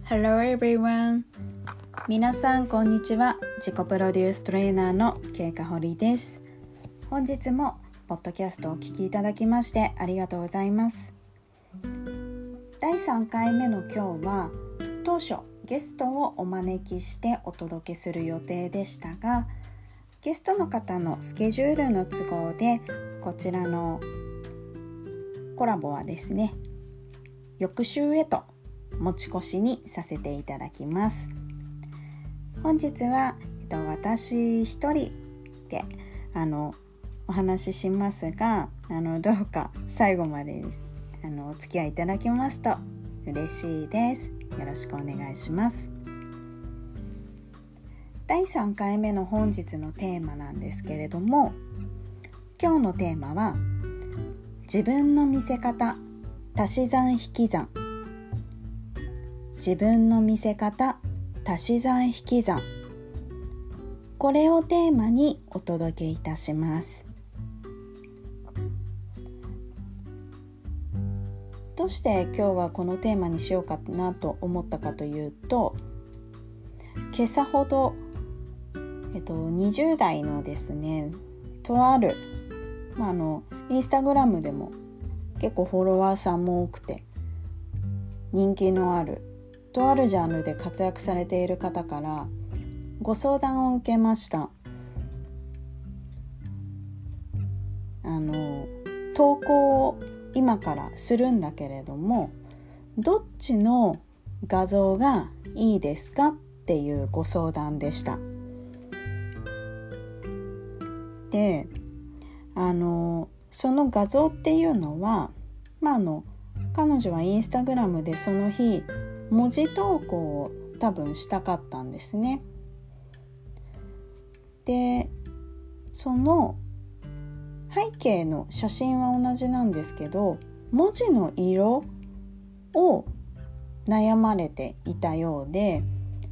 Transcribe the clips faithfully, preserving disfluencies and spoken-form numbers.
Hello everyone. 皆さんこんにちは。自己プロデューストレーナーのケイカホリです。本日もポッドキャストをお聞きいただきましてありがとうございます。だいさんかいめの今日は当初ゲストをお招きしてお届けする予定でしたが、ゲストの方のスケジュールの都合でこちらのコラボはですね、翌週へと持ち越しにさせていただきます。本日は、えっと、私一人であのお話ししますが、あのどうか最後まであのお付き合いいただけますと嬉しいです。よろしくお願いします。だいさんかいめの本日のテーマなんですけれども、今日のテーマは自分の見せ方足し算引き算。自分の見せ方足し算引き算、これをテーマにお届けいたします。どうして今日はこのテーマにしようかなと思ったかというと、今朝ほど、えっと、にじゅう代のですね、とある、まあ、あのインスタグラムでも結構フォロワーさんも多くて人気のあるとあるジャンルで活躍されている方からご相談を受けました。あの投稿を今からするんだけれども、どっちの画像がいいですかっていうご相談でした。で、あのその画像っていうのは、まあ、あの彼女はインスタグラムでその日文字投稿を多分したかったんですね。で、その背景の写真は同じなんですけど、文字の色を悩まれていたようで、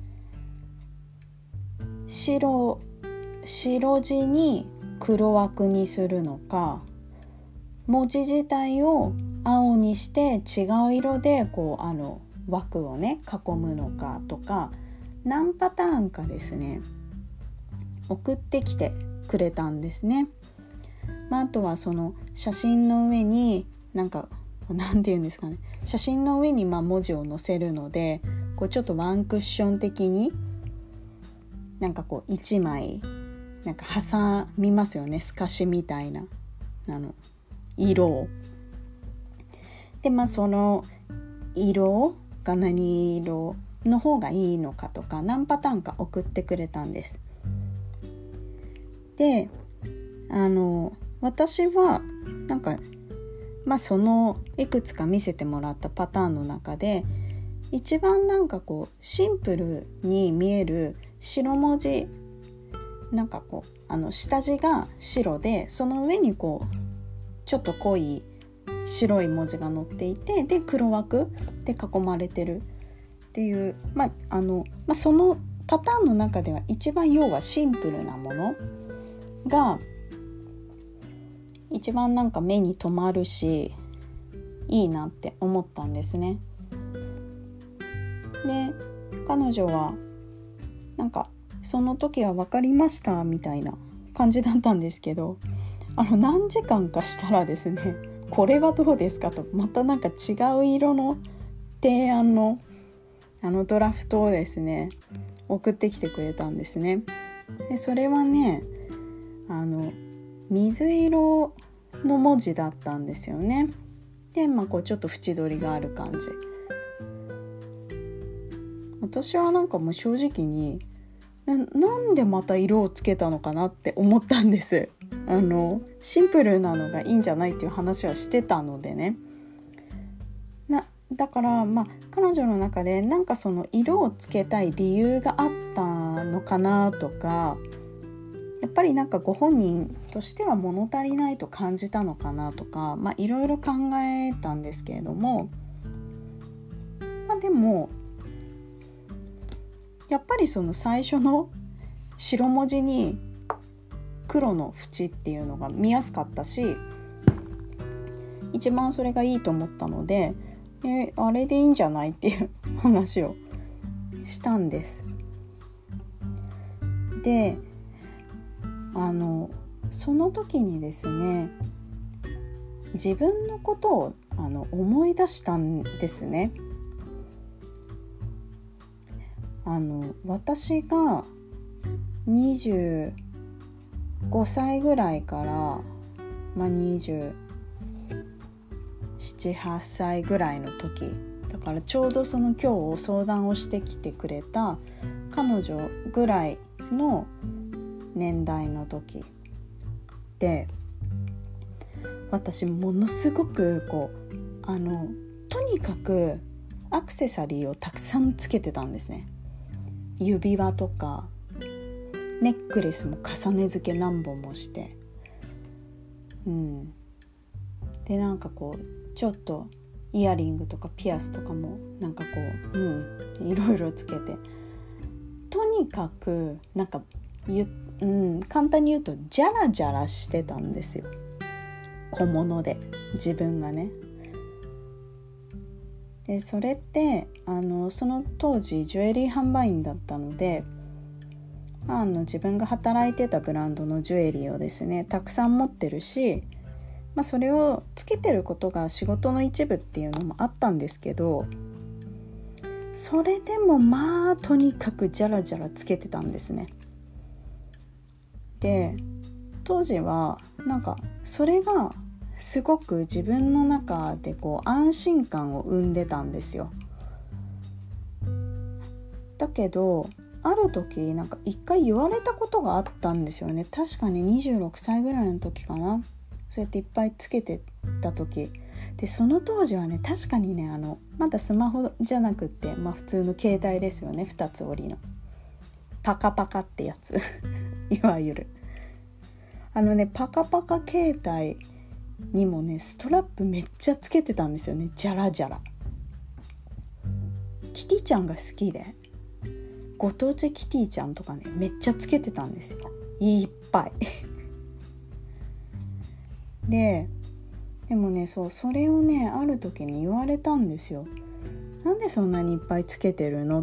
白、白地に黒枠にするのか、文字自体を青にして違う色でこうあの枠をね囲むのかとか、何パターンかですね送ってきてくれたんですね。まあ、あとはその写真の上になんかなんていうんですかね、写真の上にまあ文字を載せるので、こうちょっとワンクッション的になんかこう一枚なんか挟みますよね、透かしみたいなあの色を。で、まあその色が何色の方がいいのかとか何パターンか送ってくれたんです。で、あの私はなんかまあそのいくつか見せてもらったパターンの中で一番なんかこうシンプルに見える白文字、なんかこうあの下地が白でその上にこうちょっと濃い白い文字が載っていて、で黒枠で囲まれてるっていう、まああのまあ、そのパターンの中では一番要はシンプルなものが一番なんか目に留まるしいいなって思ったんですね。で、彼女はなんかその時は分かりましたみたいな感じだったんですけど、あの何時間かしたらですね、これはどうですかとまたなんか違う色の提案のあのドラフトをですね送ってきてくれたんですね。で、それはね、あの水色の文字だったんですよね。で、まあこうちょっと縁取りがある感じ。私はなんかもう正直に な, なんでまた色をつけたのかなって思ったんです。あのシンプルなのがいいんじゃないっていう話はしてたのでね。なだからまあ彼女の中でなんかその色をつけたい理由があったのかなとか、やっぱりなんかご本人としては物足りないと感じたのかなとか、まあいろいろ考えたんですけれども、まあでもやっぱりその最初の白文字に黒の縁っていうのが見やすかったし、一番それがいいと思ったので、えあれでいいんじゃないっていう話をしたんです。で、あのその時にですね、自分のことをあの思い出したんですね。あの私がにじゅうごさいぐらいから、まあ、にじゅうなな、はっさいぐらいの時だから、ちょうどその今日相談をしてきてくれた彼女ぐらいの年代の時で、私ものすごくこうあのとにかくアクセサリーをたくさんつけてたんですね。指輪とかネックレスも重ね付け何本もして、うん、でなんかこうちょっとイヤリングとかピアスとかもなんかこう、うん、いろいろつけて、とにかくなんかゆ、うん、簡単に言うとジャラジャラしてたんですよ、小物で自分がね。でそれってあのその当時ジュエリー販売員だったので、あの自分が働いてたブランドのジュエリーをですねたくさん持ってるし、まあ、それをつけてることが仕事の一部っていうのもあったんですけど、それでもまあとにかくジャラジャラつけてたんですね。で当時はなんかそれがすごく自分の中でこう安心感を生んでたんですよ。だけどある時なんか一回言われたことがあったんですよね。確かににじゅうろくさいぐらいの時かな。そうやっていっぱいつけてた時で、その当時はね確かにねあのまだスマホじゃなくって、まあ、普通の携帯ですよね。ふたつ折りのパカパカってやついわゆるあのねパカパカ携帯にもねストラップめっちゃつけてたんですよね。ジャラジャラキティちゃんが好きで、ご当地キティちゃんとかねめっちゃつけてたんですよ、いっぱいででもねそうそれをねある時に言われたんですよ。なんでそんなにいっぱいつけてるのって。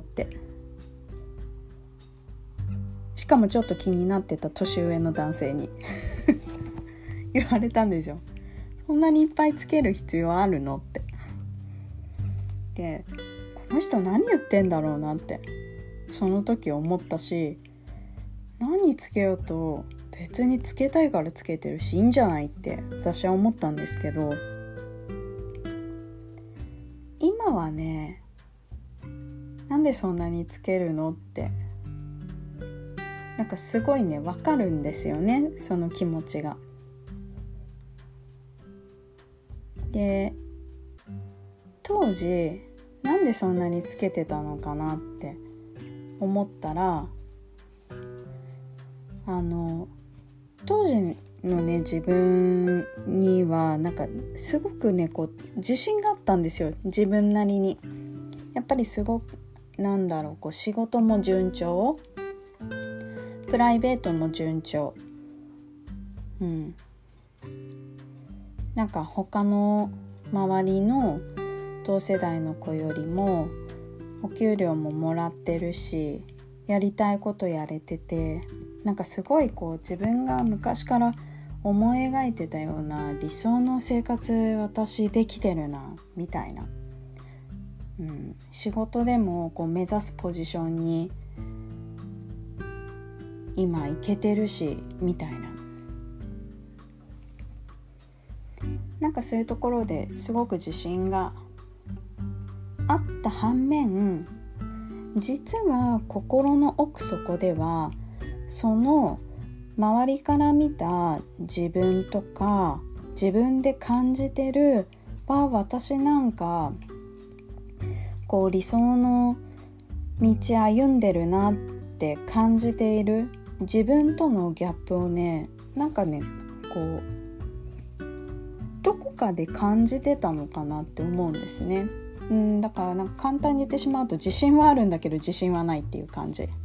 しかもちょっと気になってた年上の男性に言われたんですよ。そんなにいっぱいつける必要あるのって。でこの人何言ってんだろうなってその時思ったし、何つけようと別につけたいからつけてるしいいんじゃないって私は思ったんですけど、今はねなんでそんなにつけるのってなんかすごいねわかるんですよね、その気持ちが。で当時なんでそんなにつけてたのかなって思ったら、あの当時のね自分にはなんかすごくねこう自信があったんですよ、自分なりに。やっぱりすごくなんだろうこう仕事も順調、プライベートも順調、うん、なんか他の周りの同世代の子よりもお給料ももらってるし、やりたいことやれてて、なんかすごいこう自分が昔から思い描いてたような理想の生活私できてるなみたいな、うん、仕事でもこう目指すポジションに今行けてるしみたいな、なんかそういうところですごく自信があった反面、実は心の奥底ではその周りから見た自分とか自分で感じてるは私なんかこう理想の道歩んでるなって感じている自分とのギャップをねなんかねこうどこかで感じてたのかなって思うんですね。うん、だからなんか簡単に言ってしまうと自信はあるんだけど自信はないっていう感じ。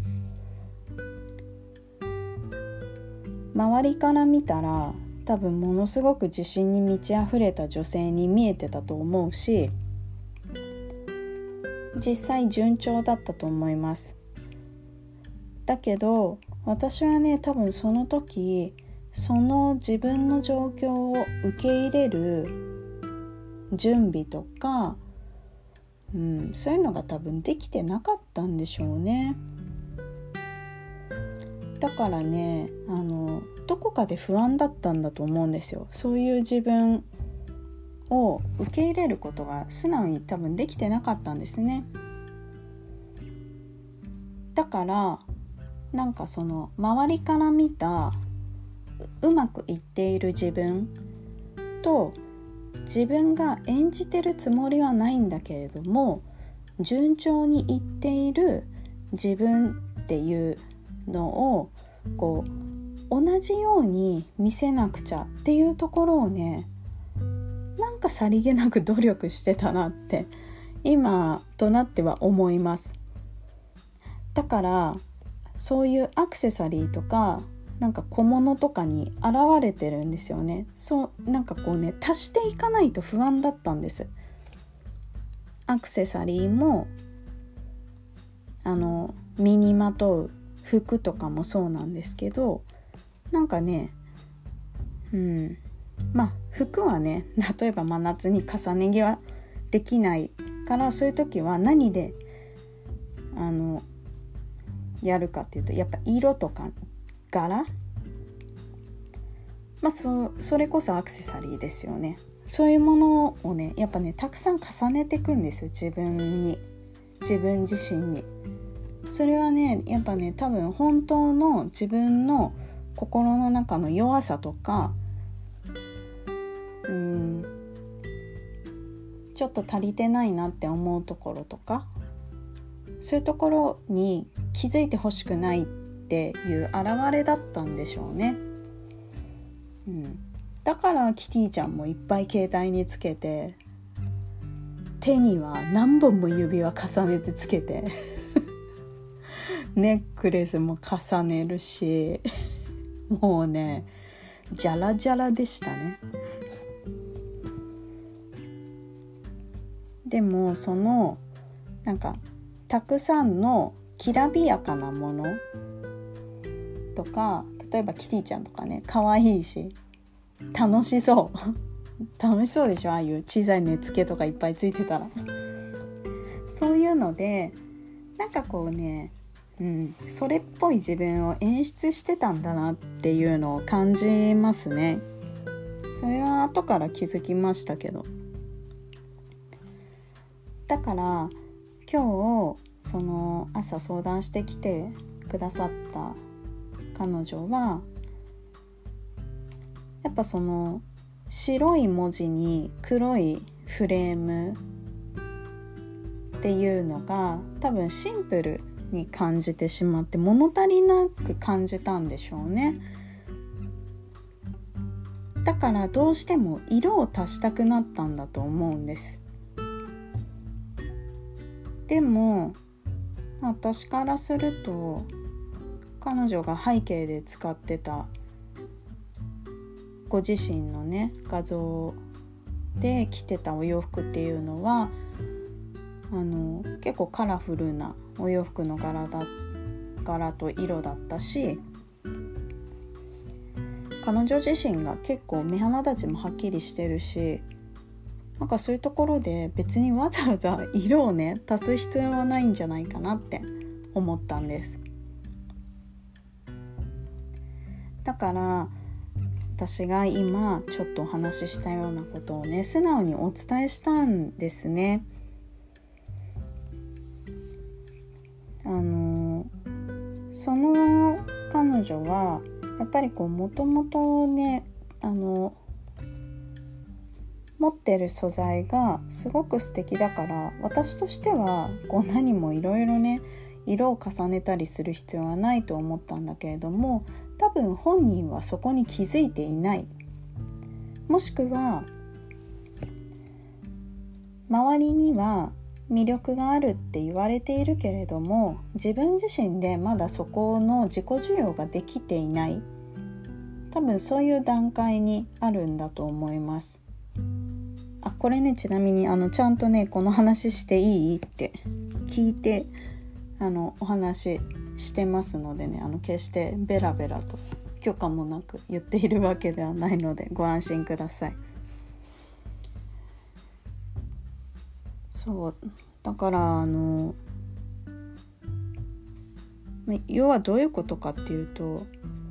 周りから見たら多分ものすごく自信に満ち溢れた女性に見えてたと思うし、 実際順調だったと思います。だけど私はね、多分その時その自分の状況を受け入れる準備とか、うん、そういうのが多分できてなかったんでしょうね。だからね、あのどこかで不安だったんだと思うんですよ。そういう自分を受け入れることが素直に多分できてなかったんですね。だからなんかその周りから見たうまくいっている自分と、自分が演じてるつもりはないんだけれども順調にいっている自分っていうのをこう同じように見せなくちゃっていうところをね、なんかさりげなく努力してたなって今となっては思います。だからそういうアクセサリーとかなんか小物とかに現れてるんですよね。そうなんかこうね、足していかないと不安だったんです。アクセサリーもあの身にまとう服とかもそうなんですけど、なんかね、うんまあ服はね、例えば真夏に重ね着はできないから、そういう時は何であのやるかっていうと、やっぱ色とか柄、まあ そ, それこそアクセサリーですよね。そういうものをね、やっぱねたくさん重ねていくんですよ、自分に自分自身に。それはねやっぱね、多分本当の自分の心の中の弱さとか、うーんちょっと足りてないなって思うところとか、そういうところに気づいてほしくないっていう現れだったんでしょうね。うん、だからキティちゃんもいっぱい携帯につけて、手には何本も指輪重ねてつけてネックレスも重ねるし、もうねジャラジャラでしたね。でもそのなんかたくさんのきらびやかなものとか、例えばキティちゃんとかね、可愛いし楽しそう楽しそうでしょ、ああいう小さい根付けとかいっぱいついてたらそういうのでなんかこうね、うん、それっぽい自分を演出してたんだなっていうのを感じますね。それは後から気づきましたけど、だから今日その朝相談してきてくださった彼女はやっぱその白い文字に黒いフレームっていうのが多分シンプルに感じてしまって物足りなく感じたんでしょうね。だからどうしても色を足したくなったんだと思うんです。でも私からすると彼女が背景で使ってたご自身のね画像で着てたお洋服っていうのはあの結構カラフルなお洋服の柄だ柄と色だったし、彼女自身が結構目鼻立ちもはっきりしてるし、なんかそういうところで別にわざわざ色をね足す必要はないんじゃないかなって思ったんです。だから私が今ちょっとお話ししたようなことをね素直にお伝えしたんですね。あのその彼女はやっぱりこうもともとねあの持ってる素材がすごく素敵だから、私としてはこう何もいろいろね色を重ねたりする必要はないと思ったんだけれども、多分本人はそこに気づいていない、もしくは周りには魅力があるって言われているけれども自分自身でまだそこの自己需要ができていない、多分そういう段階にあるんだと思います。あ、これねちなみにあのちゃんとねこの話していいって聞いてあのお話ししてますのでね、あの決してベラベラと許可もなく言っているわけではないのでご安心ください。そうだからあの要はどういうことかっていうと、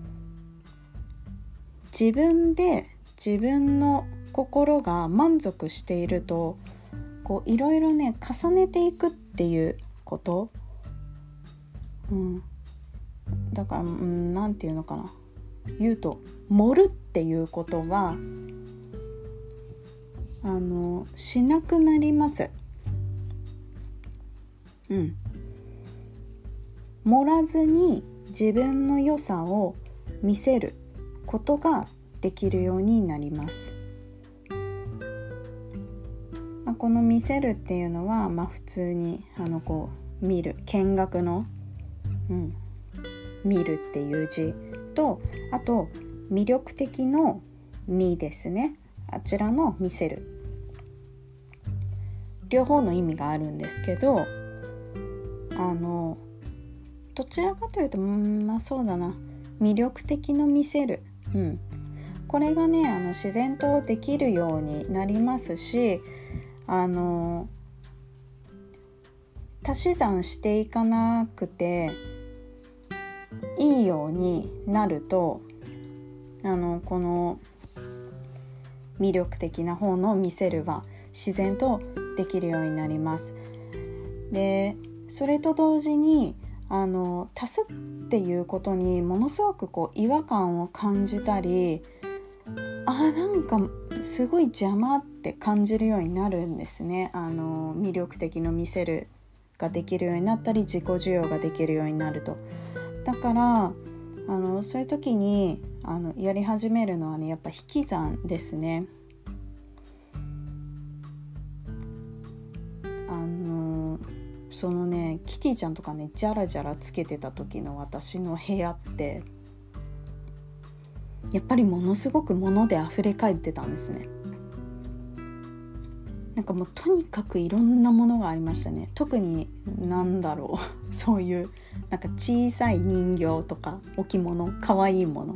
自分で自分の心が満足しているとこういろいろね重ねていくっていうこと、うん、だから、うん、なんていうのかな、言うと盛るっていうことはあのしなくなります。うん、盛らずに自分の良さを見せることができるようになります。まあ、この見せるっていうのは、まあ、普通にあのこう見る、見学の、うん、見るっていう字と、あと魅力的の見ですね、あちらの見せる、両方の意味があるんですけど、あのどちらかというと、うん、まあそうだな、魅力的の見せる、うん、これがねあの自然とできるようになりますし、あの足し算していかなくていいようになると、あのこの魅力的な方の見せるは自然とできるようになります。でそれと同時にあの足すっていうことにものすごくこう違和感を感じたり、あなんかすごい邪魔って感じるようになるんですね。あの魅力的の見せるができるようになったり、自己需要ができるようになると。だからあのそういう時にあのやり始めるのはね、やっぱ引き算ですね。あのそのねキティちゃんとかねジャラジャラつけてた時の私の部屋ってやっぱりものすごく物で溢れ返ってたんですね。なんかもうとにかくいろんなものがありましたね。特になんだろうそういうなんか小さい人形とか置物、かわいいもの、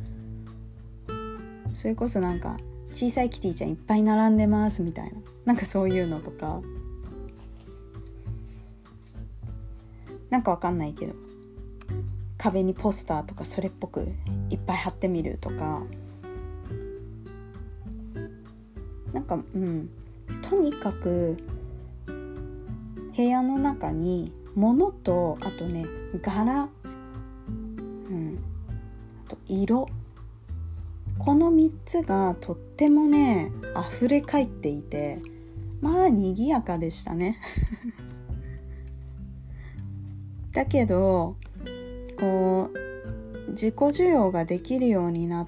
それこそなんか小さいキティちゃんいっぱい並んでますみたいな、なんかそういうのとか、なんかわかんないけど壁にポスターとかそれっぽくいっぱい貼ってみるとか、なんかうんとにかく部屋の中に物と、あとね柄、うん、あと色、このみっつがとってもね溢れ返っていて、まあ賑やかでしたねだけどこう自己需要ができるようになって、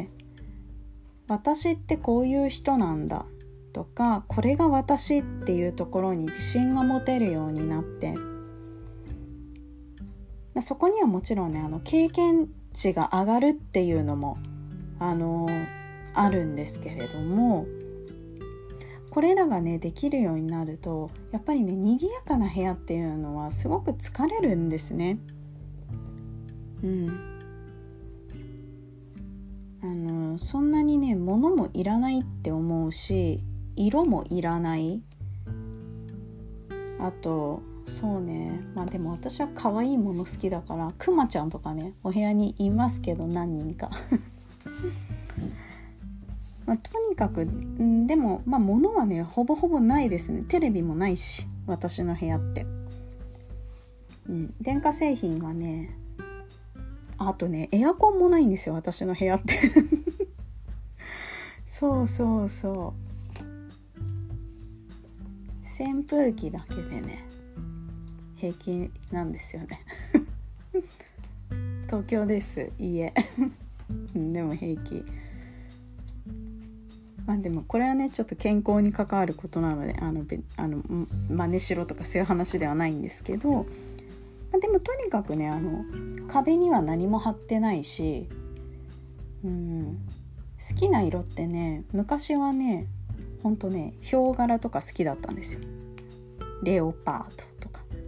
私ってこういう人なんだとか、これが私っていうところに自信が持てるようになって、そこにはもちろんねあの経験値が上がるっていうのもあのあるんですけれども、これらがねできるようになるとやっぱりね賑やかな部屋っていうのはすごく疲れるんですね。うん、あのそんなにね物もいらないって思うし、色もいらない。あとそうね、まあでも私は可愛いもの好きだからクマちゃんとかねお部屋にいますけど何人かまあ、とにかくんでもまあ物はねほぼほぼないですね。テレビもないし私の部屋って、うん、電化製品はね、あとねエアコンもないんですよ私の部屋ってそうそうそう、扇風機だけでね平気なんですよね東京です家でも平気。まあでもこれはねちょっと健康に関わることなのであのあの真似しろとかそういう話ではないんですけど、まあ、でもとにかくねあの壁には何も貼ってないし、うん、好きな色ってね昔はねほんとねヒョウ柄とか好きだったんですよ。レオパードとか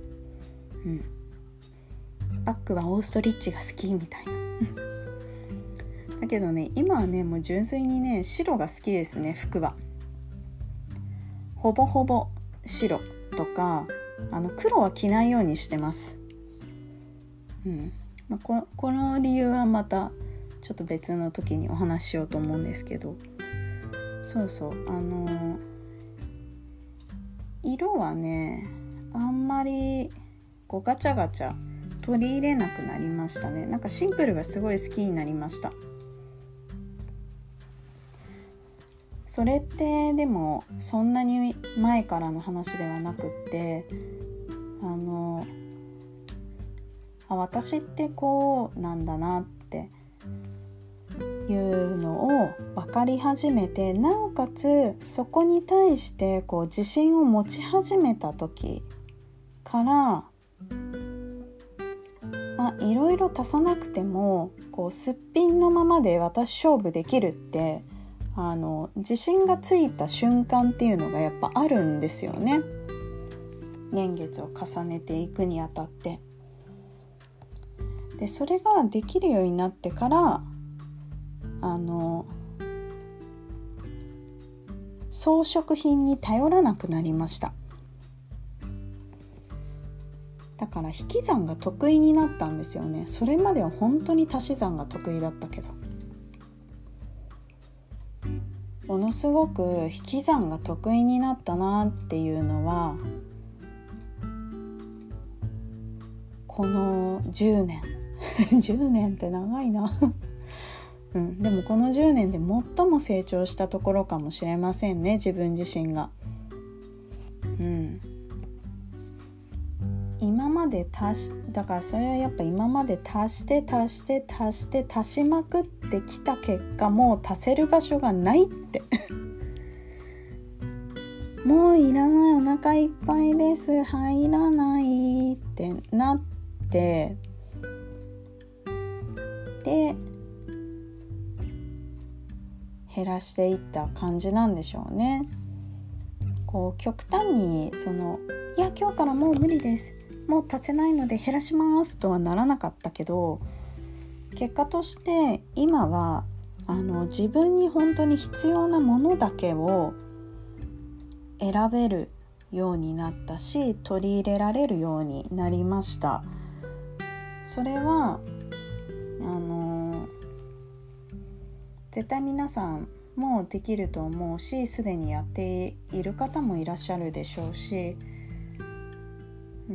うん、バッグはオーストリッチが好きみたいなだけどね、今はねもう純粋にね白が好きですね。服はほぼほぼ白とか、あの黒は着ないようにしてます、うんまあ、こ, この理由はまたちょっと別の時にお話ししようと思うんですけど、そうそう、あのー、色はねあんまりこうガチャガチャ取り入れなくなりましたね。なんかシンプルがすごい好きになりました。それってでもそんなに前からの話ではなくって、あのあ私ってこうなんだなっていうのを分かり始めて、なおかつそこに対してこう自信を持ち始めた時から、あいろいろ足さなくてもこうすっぴんのままで私勝負できるってあの自信がついた瞬間っていうのがやっぱあるんですよね。年月を重ねていくにあたって、でそれができるようになってからあの装飾品に頼らなくなりました。だから引き算が得意になったんですよね。それまでは本当に足し算が得意だったけど、ものすごく引き算が得意になったなっていうのはこのじゅうねんじゅうねんって長いなうん、でもこのじゅうねんで最も成長したところかもしれませんね、自分自身が。うん、今まで足しだからそれはやっぱ今まで足して足して足して足しまくってきた結果、もう足せる場所がないってもういらない、お腹いっぱいです、入らないってなって、で減らしていった感じなんでしょうね。こう極端にそのいや今日からもう無理です、もう足せないので減らしますとはならなかったけど、結果として今はあの自分に本当に必要なものだけを選べるようになったし、取り入れられるようになりました。それはあの絶対皆さんもできると思うし、すでにやっている方もいらっしゃるでしょうし、うん、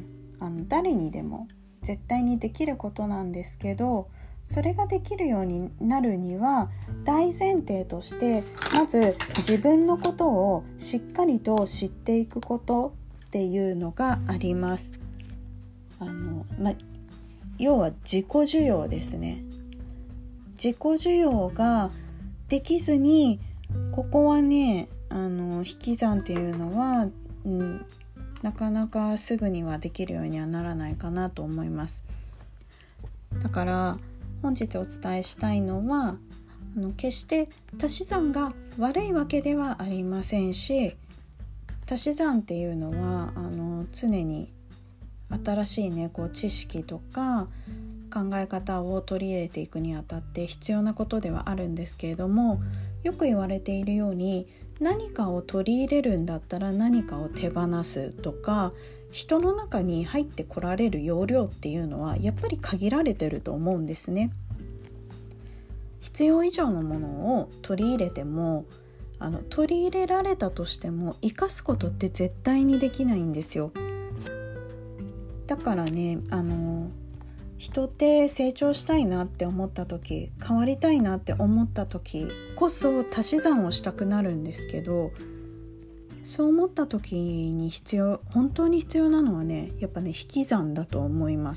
あの誰にでも絶対にできることなんですけど、それができるようになるには大前提としてまず自分のことをしっかりと知っていくことっていうのがあります。あの、ま、要は自己需要ですね。自己需要ができずに、ここはねあの引き算っていうのは、うん、なかなかすぐにはできるようにはならないかなと思います。だから本日お伝えしたいのは、あの決して足し算が悪いわけではありませんし、足し算っていうのはあの常に新しいねこう知識とか考え方を取り入れていくにあたって必要なことではあるんですけれども、よく言われているように何かを取り入れるんだったら何かを手放すとか、人の中に入ってこられる容量っていうのはやっぱり限られてると思うんですね。必要以上のものを取り入れてもあの取り入れられたとしても生かすことって絶対にできないんですよ。だからねあの人って成長したいなって思った時、変わりたいなって思った時こそ足し算をしたくなるんですけど、そう思った時に必要本当に必要なのはねやっぱね引き算だと思います。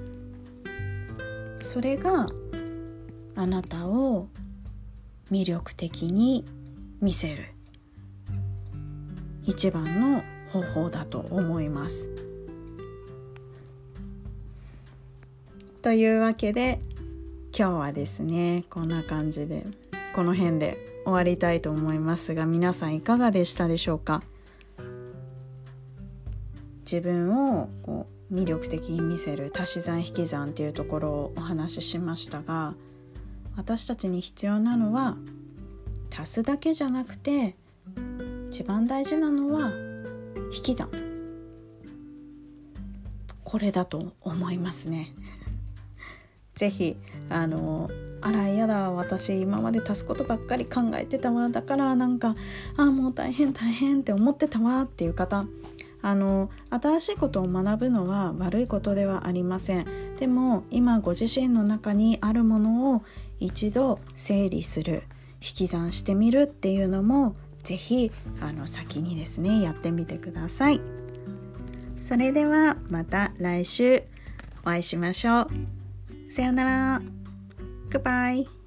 それがあなたを魅力的に見せる一番の方法だと思います。というわけで今日はですねこんな感じでこの辺で終わりたいと思いますが、皆さんいかがでしたでしょうか。自分をこう魅力的に見せる足し算引き算っていうところをお話ししましたが、私たちに必要なのは足すだけじゃなくて、一番大事なのは引き算、これだと思いますね。ぜひあのあらやだ、私今まで足すことばっかり考えてたわ、だからなんかあもう大変大変って思ってたわっていう方、あの新しいことを学ぶのは悪いことではありません。でも今ご自身の中にあるものを一度整理する、引き算してみるっていうのもぜひあの先にですねやってみてください。それではまた来週お会いしましょう。さよなら。Goodbye.